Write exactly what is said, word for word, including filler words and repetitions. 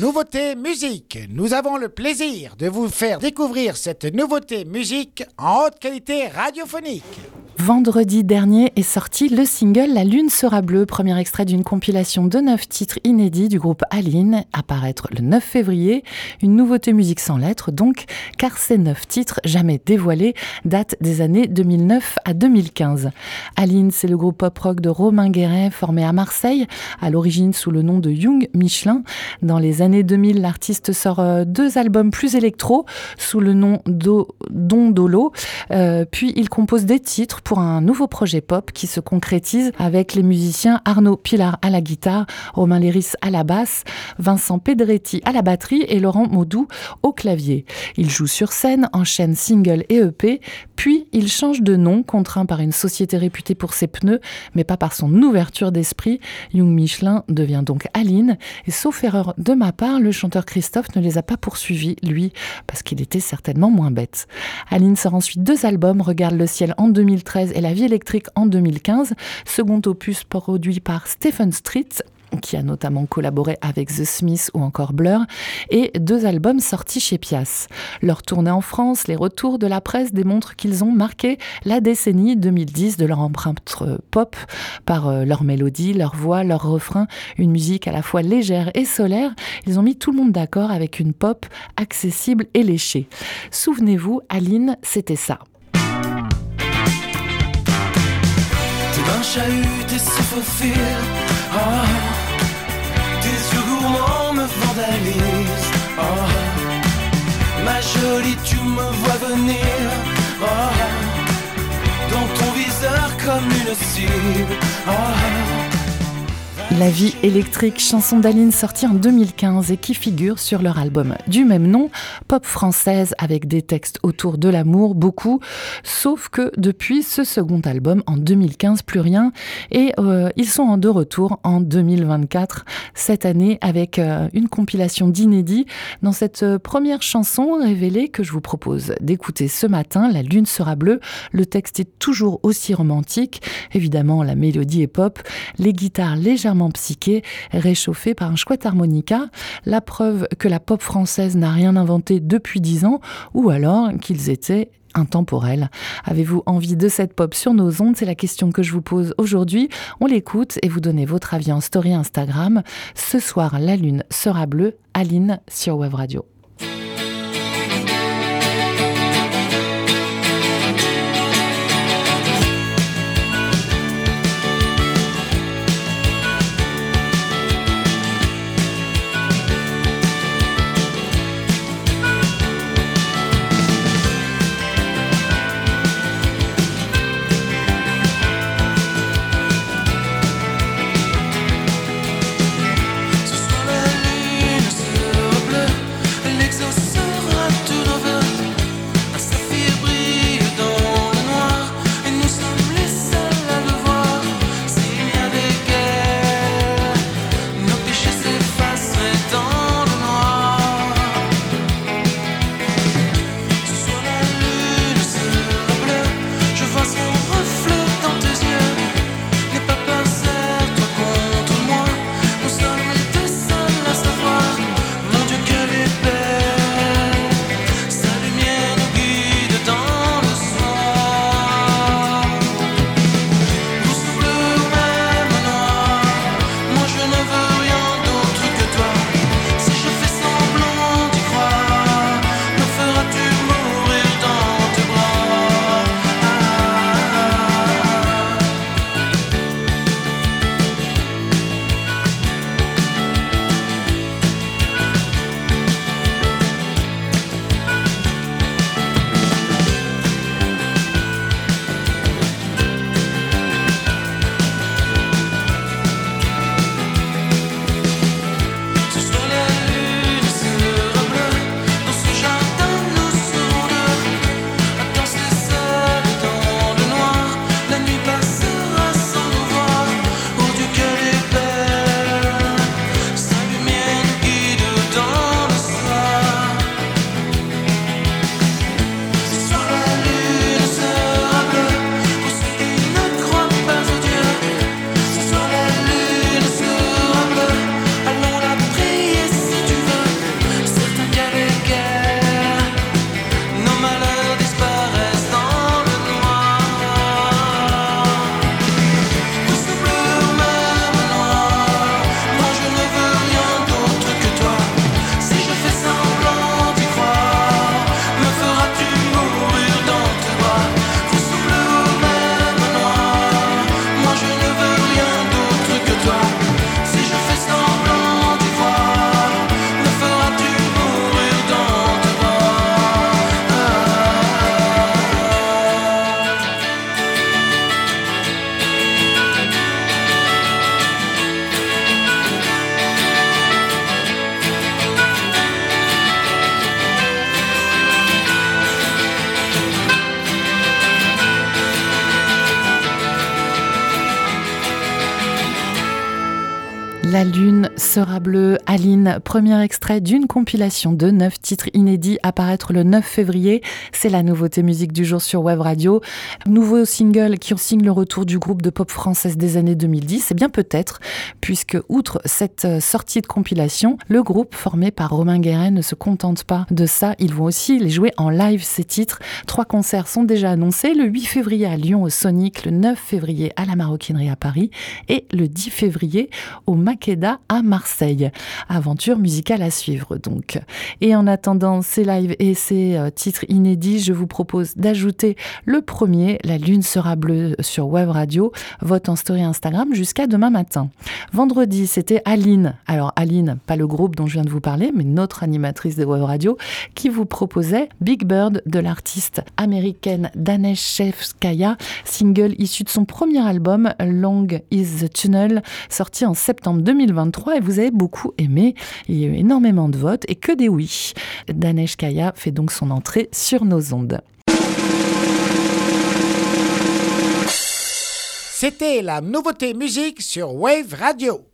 Nouveauté musique. Nous avons le plaisir de vous faire découvrir cette nouveauté musique en haute qualité radiophonique. Vendredi dernier est sorti le single La Lune sera bleue, premier extrait d'une compilation de neuf titres inédits du groupe Aline, à paraître le neuf février. Une nouveauté musique sans lettres donc, car ces neuf titres, jamais dévoilés, datent des années deux mille neuf à deux mille quinze. Aline, c'est le groupe pop-rock de Romain Guéret, formé à Marseille, à l'origine sous le nom de Young Michelin. Dans les années deux mille, l'artiste sort deux albums plus électro, sous le nom Do, Don Dolo, euh, puis il compose des titres pour un nouveau projet pop qui se concrétise avec les musiciens Arnaud Pilar à la guitare, Romain Léris à la basse, Vincent Pedretti à la batterie et Laurent Maudou au clavier. Il joue sur scène, enchaîne single et E P, puis il change de nom, contraint par une société réputée pour ses pneus, mais pas par son ouverture d'esprit. Young Michelin devient donc Aline, et sauf erreur de ma part, le chanteur Christophe ne les a pas poursuivis, lui, parce qu'il était certainement moins bête. Aline sort ensuite deux albums, Regarde le ciel en deux mille treize et La vie électrique en deux mille quinze, second opus produit par Stephen Street, qui a notamment collaboré avec The Smiths ou encore Blur, et deux albums sortis chez Pias. Leur tournée en France, les retours de la presse démontrent qu'ils ont marqué la décennie deux mille dix de leur empreinte pop par leur mélodie, leur voix, leur refrain, une musique à la fois légère et solaire. Ils ont mis tout le monde d'accord avec une pop accessible et léchée. Souvenez-vous, Aline, c'était ça. Tes mains chahutent et se faufilent, oh. Tes yeux gourmands me vandalisent, oh. Ma jolie, tu me vois venir, oh. Dans ton viseur comme une cible, oh. La vie électrique, chanson d'Aline sortie en deux mille quinze et qui figure sur leur album du même nom, pop française avec des textes autour de l'amour, beaucoup, sauf que depuis ce second album, en deux mille quinze, plus rien, et euh, ils sont de retour en deux mille vingt-quatre, cette année, avec euh, une compilation d'inédits. Dans cette euh, première chanson révélée que je vous propose d'écouter ce matin, La Lune sera bleue, le texte est toujours aussi romantique, évidemment la mélodie est pop, les guitares légèrement psyché, réchauffé par un chouette harmonica, la preuve que la pop française n'a rien inventé depuis dix ans, ou alors qu'ils étaient intemporels. Avez-vous envie de cette pop sur nos ondes ? C'est la question que je vous pose aujourd'hui. On l'écoute et vous donnez votre avis en story Instagram. Ce soir, la lune sera bleue. Aline sur Web Radio. La La lune sera bleue, Aline, premier extrait d'une compilation de neuf titres inédits à paraître le neuf février. C'est la nouveauté musique du jour sur Web Radio. Nouveau single qui signe le retour du groupe de pop française des années deux mille dix. C'est bien peut-être, puisque outre cette sortie de compilation, le groupe formé par Romain Guéret ne se contente pas de ça. Ils vont aussi les jouer en live, ces titres. Trois concerts sont déjà annoncés. Le huit février à Lyon au Sonic, le neuf février à la Maroquinerie à Paris et le dix février au Makeda à Marseille. Aventure musicale à suivre donc. Et en attendant ces lives et ces euh, titres inédits, je vous propose d'ajouter le premier, La lune sera bleue sur Web Radio, vote en story Instagram jusqu'à demain matin. Vendredi, c'était Aline. Alors Aline, pas le groupe dont je viens de vous parler, mais notre animatrice de Web Radio, qui vous proposait Big Bird de l'artiste américaine Daneshevskaya, single issu de son premier album Long is the Tunnel, sorti en septembre deux mille vingt-trois, et vous avez beaucoup aimé. Il y a eu énormément de votes et que des oui. Daneshevskaya fait donc son entrée sur nos ondes. C'était la nouveauté musique sur Wave Radio.